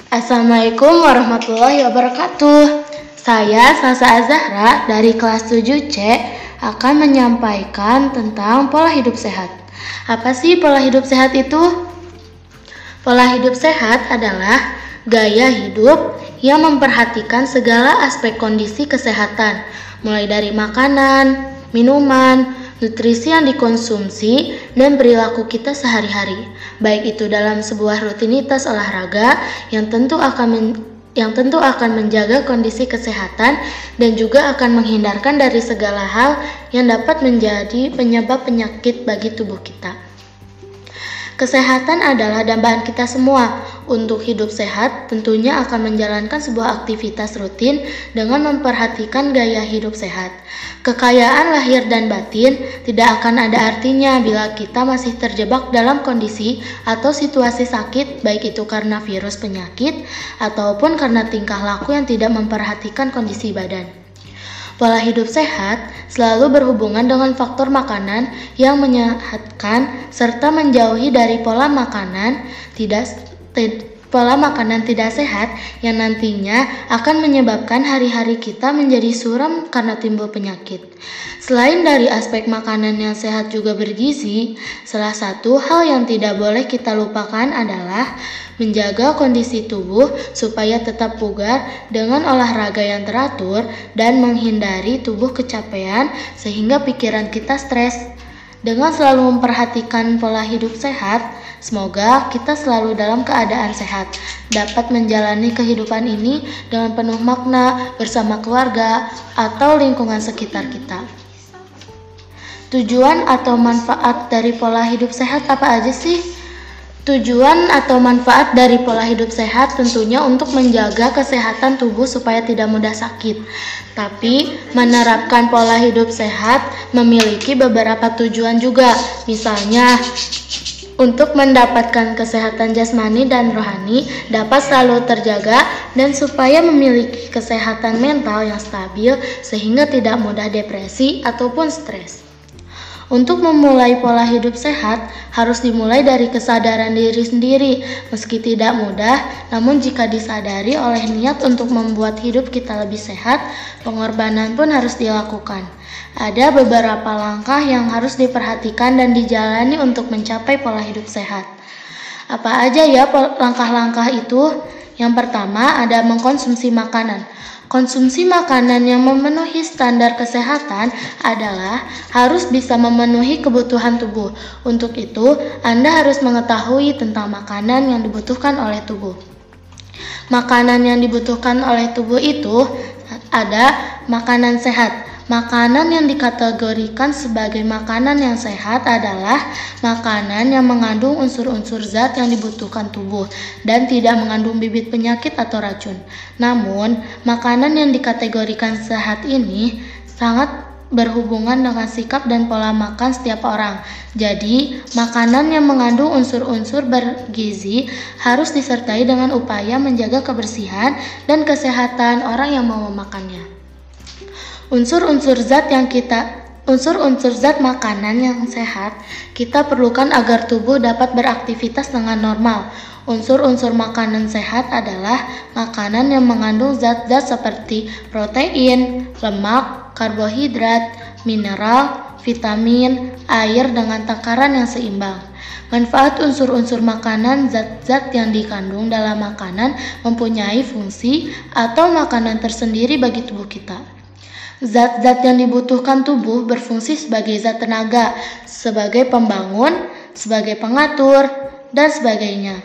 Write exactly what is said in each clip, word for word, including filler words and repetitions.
Assalamualaikum warahmatullahi wabarakatuh. Saya Sasa Azahra dari kelas tujuh C akan menyampaikan tentang pola hidup sehat. Apa sih pola hidup sehat itu? Pola hidup sehat adalah gaya hidup yang memperhatikan segala aspek kondisi kesehatan, mulai dari makanan, minuman, nutrisi yang dikonsumsi, dan perilaku kita sehari-hari, baik itu dalam sebuah rutinitas olahraga yang tentu akan men- yang tentu akan menjaga kondisi kesehatan dan juga akan menghindarkan dari segala hal yang dapat menjadi penyebab penyakit bagi tubuh kita. Kesehatan adalah dambaan kita semua. Untuk hidup sehat, tentunya akan menjalankan sebuah aktivitas rutin dengan memperhatikan gaya hidup sehat. Kekayaan lahir dan batin tidak akan ada artinya bila kita masih terjebak dalam kondisi atau situasi sakit, baik itu karena virus penyakit ataupun karena tingkah laku yang tidak memperhatikan kondisi badan. Pola hidup sehat selalu berhubungan dengan faktor makanan yang menyehatkan serta menjauhi dari pola makanan tidak pola makanan tidak sehat yang nantinya akan menyebabkan hari-hari kita menjadi suram karena timbul penyakit. Selain dari aspek makanan yang sehat juga bergizi, salah satu hal yang tidak boleh kita lupakan adalah menjaga kondisi tubuh supaya tetap bugar dengan olahraga yang teratur dan menghindari tubuh kecapean sehingga pikiran kita stres. Dengan selalu memperhatikan pola hidup sehat, semoga kita selalu dalam keadaan sehat, dapat menjalani kehidupan ini dengan penuh makna bersama keluarga atau lingkungan sekitar kita. Tujuan atau manfaat dari pola hidup sehat apa aja sih? Tujuan atau manfaat dari pola hidup sehat tentunya untuk menjaga kesehatan tubuh supaya tidak mudah sakit. Tapi menerapkan pola hidup sehat memiliki beberapa tujuan juga. Misalnya, untuk mendapatkan kesehatan jasmani dan rohani dapat selalu terjaga dan supaya memiliki kesehatan mental yang stabil sehingga tidak mudah depresi ataupun stres. Untuk memulai pola hidup sehat harus dimulai dari kesadaran diri sendiri. Meski tidak mudah, namun jika disadari oleh niat untuk membuat hidup kita lebih sehat, pengorbanan pun harus dilakukan. Ada beberapa langkah yang harus diperhatikan dan dijalani untuk mencapai pola hidup sehat. Apa aja ya langkah-langkah itu? Yang pertama ada mengkonsumsi makanan. Konsumsi makanan yang memenuhi standar kesehatan adalah harus bisa memenuhi kebutuhan tubuh. Untuk itu, Anda harus mengetahui tentang makanan yang dibutuhkan oleh tubuh. Makanan yang dibutuhkan oleh tubuh itu ada makanan sehat. Makanan yang dikategorikan sebagai makanan yang sehat adalah makanan yang mengandung unsur-unsur zat yang dibutuhkan tubuh dan tidak mengandung bibit penyakit atau racun. Namun, makanan yang dikategorikan sehat ini sangat berhubungan dengan sikap dan pola makan setiap orang. Jadi, makanan yang mengandung unsur-unsur bergizi harus disertai dengan upaya menjaga kebersihan dan kesehatan orang yang mau memakannya. Unsur-unsur zat yang kita unsur-unsur zat makanan yang sehat kita perlukan agar tubuh dapat beraktivitas dengan normal. Unsur-unsur makanan sehat adalah makanan yang mengandung zat-zat seperti protein, lemak, karbohidrat, mineral, vitamin, air dengan takaran yang seimbang. Manfaat unsur-unsur makanan, zat-zat yang dikandung dalam makanan mempunyai fungsi atau makanan tersendiri bagi tubuh kita. Zat-zat yang dibutuhkan tubuh berfungsi sebagai zat tenaga, sebagai pembangun, sebagai pengatur, dan sebagainya.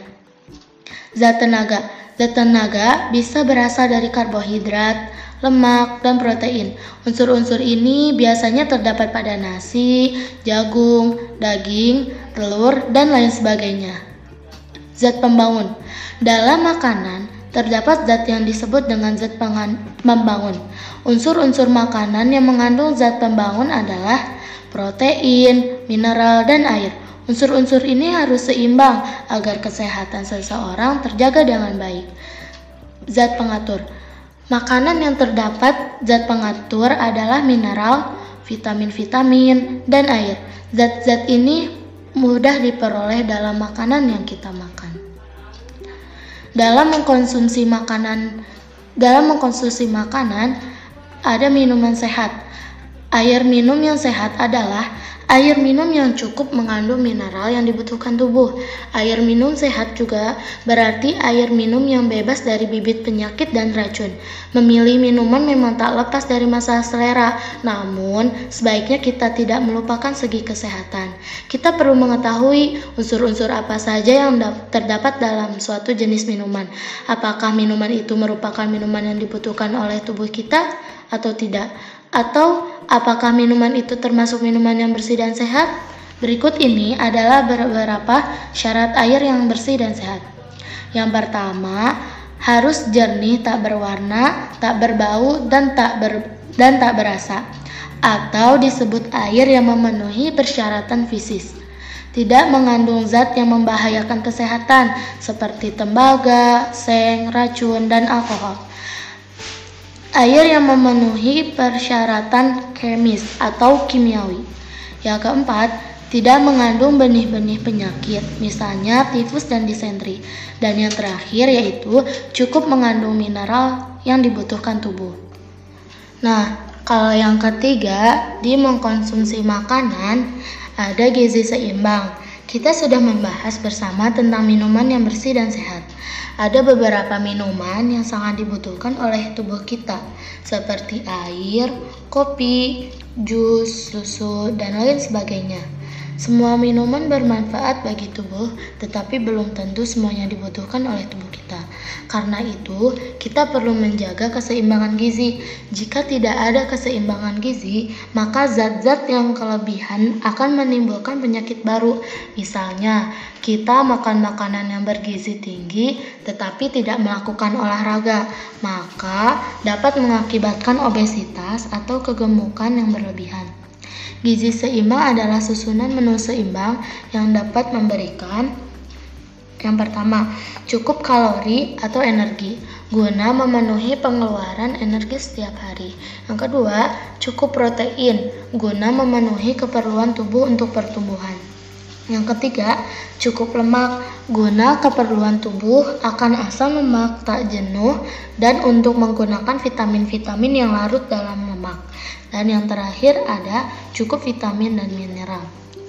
Zat tenaga Zat tenaga bisa berasal dari karbohidrat, lemak, dan protein. Unsur-unsur ini biasanya terdapat pada nasi, jagung, daging, telur, dan lain sebagainya. Zat pembangun. Dalam makanan, terdapat zat yang disebut dengan zat pembangun. Unsur-unsur makanan yang mengandung zat pembangun adalah protein, mineral, dan air. Unsur-unsur ini harus seimbang agar kesehatan seseorang terjaga dengan baik. Zat pengatur. Makanan yang terdapat zat pengatur adalah mineral, vitamin-vitamin, dan air. Zat-zat ini mudah diperoleh dalam makanan yang kita makan. Dalam mengkonsumsi makanan, dalam mengkonsumsi makanan ada minuman sehat. Air minum yang sehat adalah air minum yang cukup mengandung mineral yang dibutuhkan tubuh. Air minum sehat juga berarti air minum yang bebas dari bibit penyakit dan racun. Memilih minuman memang tak lepas dari masalah selera, namun sebaiknya kita tidak melupakan segi kesehatan. Kita perlu mengetahui unsur-unsur apa saja yang terdapat dalam suatu jenis minuman. Apakah minuman itu merupakan minuman yang dibutuhkan oleh tubuh kita atau tidak? Atau apakah minuman itu termasuk minuman yang bersih dan sehat? Berikut ini adalah beberapa syarat air yang bersih dan sehat. Yang pertama, harus jernih, tak berwarna, tak berbau, dan tak ber, dan tak berasa, atau disebut air yang memenuhi persyaratan fisik. Tidak mengandung zat yang membahayakan kesehatan seperti tembaga, seng, racun, dan alkohol. Air yang memenuhi persyaratan kemis atau kimiawi. Yang keempat, tidak mengandung benih-benih penyakit, misalnya tifus dan disentri. Dan yang terakhir yaitu cukup mengandung mineral yang dibutuhkan tubuh. Nah, kalau yang ketiga, di mengkonsumsi makanan ada gizi seimbang. Kita sudah membahas bersama tentang minuman yang bersih dan sehat. Ada beberapa minuman yang sangat dibutuhkan oleh tubuh kita, seperti air, kopi, jus, susu, dan lain sebagainya. Semua minuman bermanfaat bagi tubuh, tetapi belum tentu semuanya dibutuhkan oleh tubuh kita. Karena itu, kita perlu menjaga keseimbangan gizi. Jika tidak ada keseimbangan gizi, maka zat-zat yang kelebihan akan menimbulkan penyakit baru. Misalnya, kita makan makanan yang bergizi tinggi, tetapi tidak melakukan olahraga, maka dapat mengakibatkan obesitas atau kegemukan yang berlebihan. Gizi seimbang adalah susunan menu seimbang yang dapat memberikan yang pertama, cukup kalori atau energi guna memenuhi pengeluaran energi setiap hari. Yang kedua, cukup protein guna memenuhi keperluan tubuh untuk pertumbuhan. Yang ketiga, cukup lemak guna keperluan tubuh akan asam lemak tak jenuh dan untuk menggunakan vitamin-vitamin yang larut dalam lemak. Dan yang terakhir ada cukup vitamin dan mineral.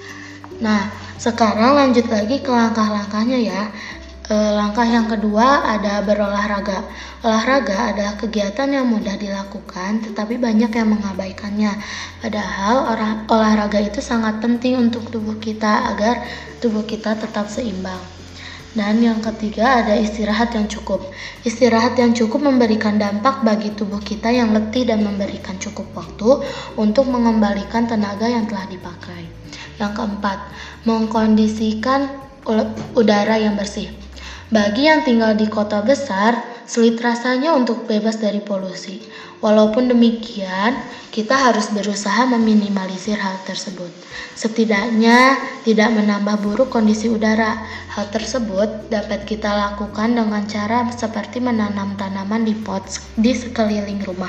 Nah, sekarang lanjut lagi ke langkah-langkahnya ya. E, langkah yang kedua ada berolahraga. Olahraga adalah kegiatan yang mudah dilakukan tetapi banyak yang mengabaikannya. Padahal olah, olahraga itu sangat penting untuk tubuh kita agar tubuh kita tetap seimbang. Dan yang ketiga ada istirahat yang cukup. Istirahat yang cukup memberikan dampak bagi tubuh kita yang letih dan memberikan cukup waktu untuk mengembalikan tenaga yang telah dipakai. Yang keempat, mengkondisikan udara yang bersih. Bagi yang tinggal di kota besar, sulit rasanya untuk bebas dari polusi. Walaupun demikian, kita harus berusaha meminimalisir hal tersebut. Setidaknya tidak menambah buruk kondisi udara. Hal tersebut dapat kita lakukan dengan cara seperti menanam tanaman di pot di sekeliling rumah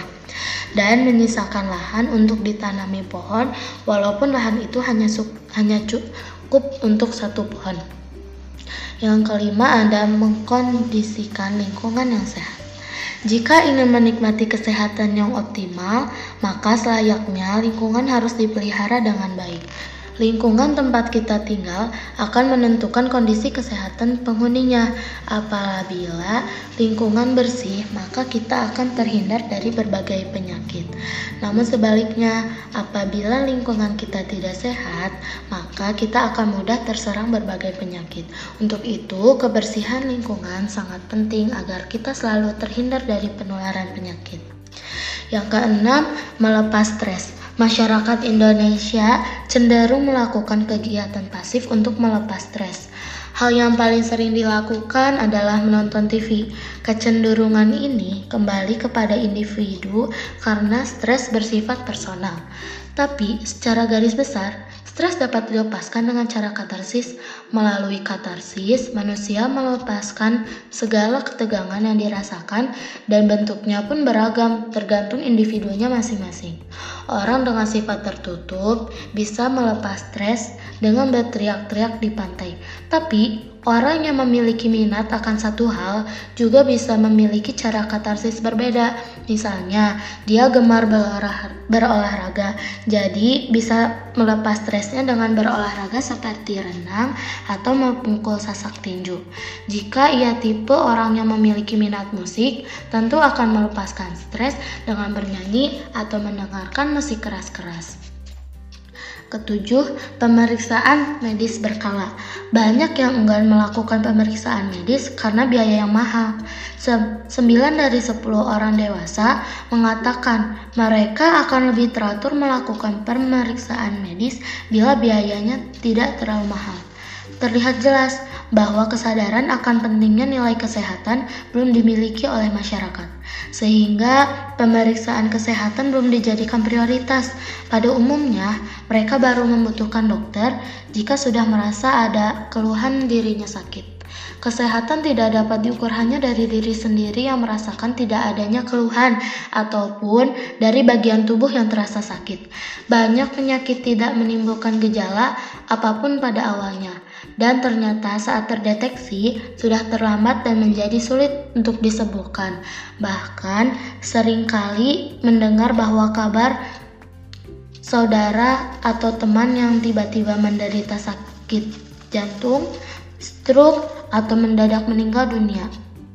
dan menyisakan lahan untuk ditanami pohon, walaupun lahan itu hanya hanya cukup untuk satu pohon. Yang kelima ada mengkondisikan lingkungan yang sehat. Jika ingin menikmati kesehatan yang optimal, maka selayaknya lingkungan harus dipelihara dengan baik. Lingkungan tempat kita tinggal akan menentukan kondisi kesehatan penghuninya. Apabila lingkungan bersih, maka kita akan terhindar dari berbagai penyakit. Namun sebaliknya, apabila lingkungan kita tidak sehat, maka kita akan mudah terserang berbagai penyakit. Untuk itu, kebersihan lingkungan sangat penting agar kita selalu terhindar dari penularan penyakit. Yang keenam, melepas stres. Masyarakat Indonesia cenderung melakukan kegiatan pasif untuk melepas stres. Hal yang paling sering dilakukan adalah menonton T V. Kecenderungan ini kembali kepada individu karena stres bersifat personal. Tapi secara garis besar, stres dapat dilepaskan dengan cara katarsis. Melalui katarsis, manusia melepaskan segala ketegangan yang dirasakan dan bentuknya pun beragam, tergantung individunya masing-masing. Orang dengan sifat tertutup bisa melepas stres dengan berteriak-teriak di pantai. Tapi orang yang memiliki minat akan satu hal juga bisa memiliki cara katarsis berbeda. Misalnya, dia gemar berolah- berolahraga, jadi bisa melepas stresnya dengan berolahraga seperti renang atau memukul sasak tinju. Jika ia tipe orang yang memiliki minat musik, tentu akan melepaskan stres dengan bernyanyi atau mendengarkan musik keras-keras. Ketujuh, pemeriksaan medis berkala. Banyak yang enggan melakukan pemeriksaan medis karena biaya yang mahal. Sembilan dari sepuluh orang dewasa mengatakan mereka akan lebih teratur melakukan pemeriksaan medis bila biayanya tidak terlalu mahal. Terlihat jelas bahwa kesadaran akan pentingnya nilai kesehatan belum dimiliki oleh masyarakat, sehingga pemeriksaan kesehatan belum dijadikan prioritas. Pada umumnya, mereka baru membutuhkan dokter jika sudah merasa ada keluhan dirinya sakit. Kesehatan tidak dapat diukur hanya dari diri sendiri yang merasakan tidak adanya keluhan ataupun dari bagian tubuh yang terasa sakit. Banyak penyakit tidak menimbulkan gejala apapun pada awalnya, dan ternyata saat terdeteksi sudah terlambat dan menjadi sulit untuk disembuhkan. Bahkan seringkali mendengar bahwa kabar saudara atau teman yang tiba-tiba menderita sakit jantung, stroke, atau mendadak meninggal dunia.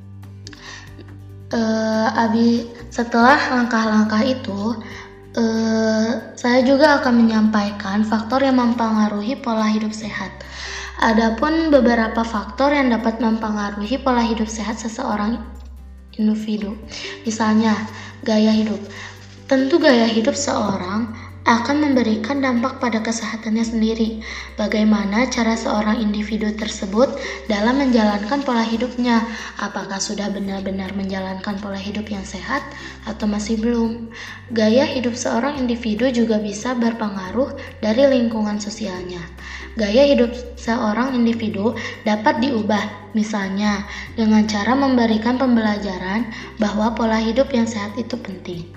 Uh, abi, setelah langkah-langkah itu, uh, saya juga akan menyampaikan faktor yang mempengaruhi pola hidup sehat. Adapun beberapa faktor yang dapat mempengaruhi pola hidup sehat seseorang individu. Misalnya, gaya hidup. Tentu gaya hidup seorang akan memberikan dampak pada kesehatannya sendiri. Bagaimana cara seorang individu tersebut dalam menjalankan pola hidupnya? Apakah sudah benar-benar menjalankan pola hidup yang sehat atau masih belum? Gaya hidup seorang individu juga bisa berpengaruh dari lingkungan sosialnya. Gaya hidup seorang individu dapat diubah, misalnya dengan cara memberikan pembelajaran bahwa pola hidup yang sehat itu penting.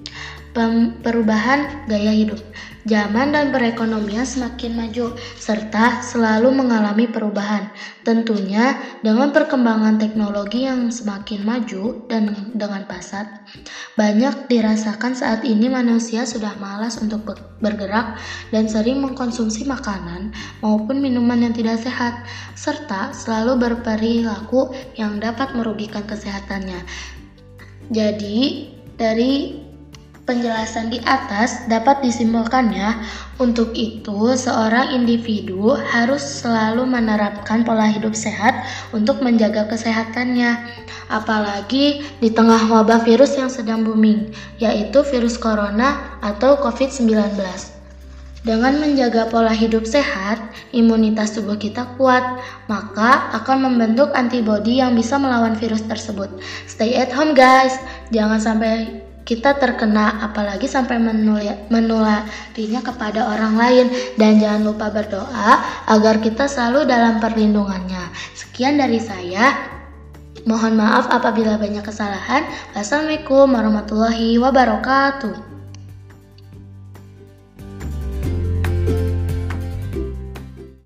Perubahan gaya hidup. Zaman dan perekonomian semakin maju serta selalu mengalami perubahan. Tentunya dengan perkembangan teknologi yang semakin maju dan dengan pesat, banyak dirasakan saat ini manusia sudah malas untuk bergerak dan sering mengkonsumsi makanan maupun minuman yang tidak sehat, serta selalu berperilaku yang dapat merugikan kesehatannya. Jadi, dari penjelasan di atas dapat disimpulkannya, untuk itu seorang individu harus selalu menerapkan pola hidup sehat untuk menjaga kesehatannya. Apalagi di tengah wabah virus yang sedang booming, yaitu virus corona atau covid sembilan belas. Dengan menjaga pola hidup sehat, imunitas tubuh kita kuat, maka akan membentuk antibodi yang bisa melawan virus tersebut. Stay at home guys, jangan sampai kita terkena, apalagi sampai menularinya kepada orang lain. Dan jangan lupa berdoa agar kita selalu dalam perlindungannya. Sekian dari saya. Mohon maaf apabila banyak kesalahan. Wassalamualaikum warahmatullahi wabarakatuh.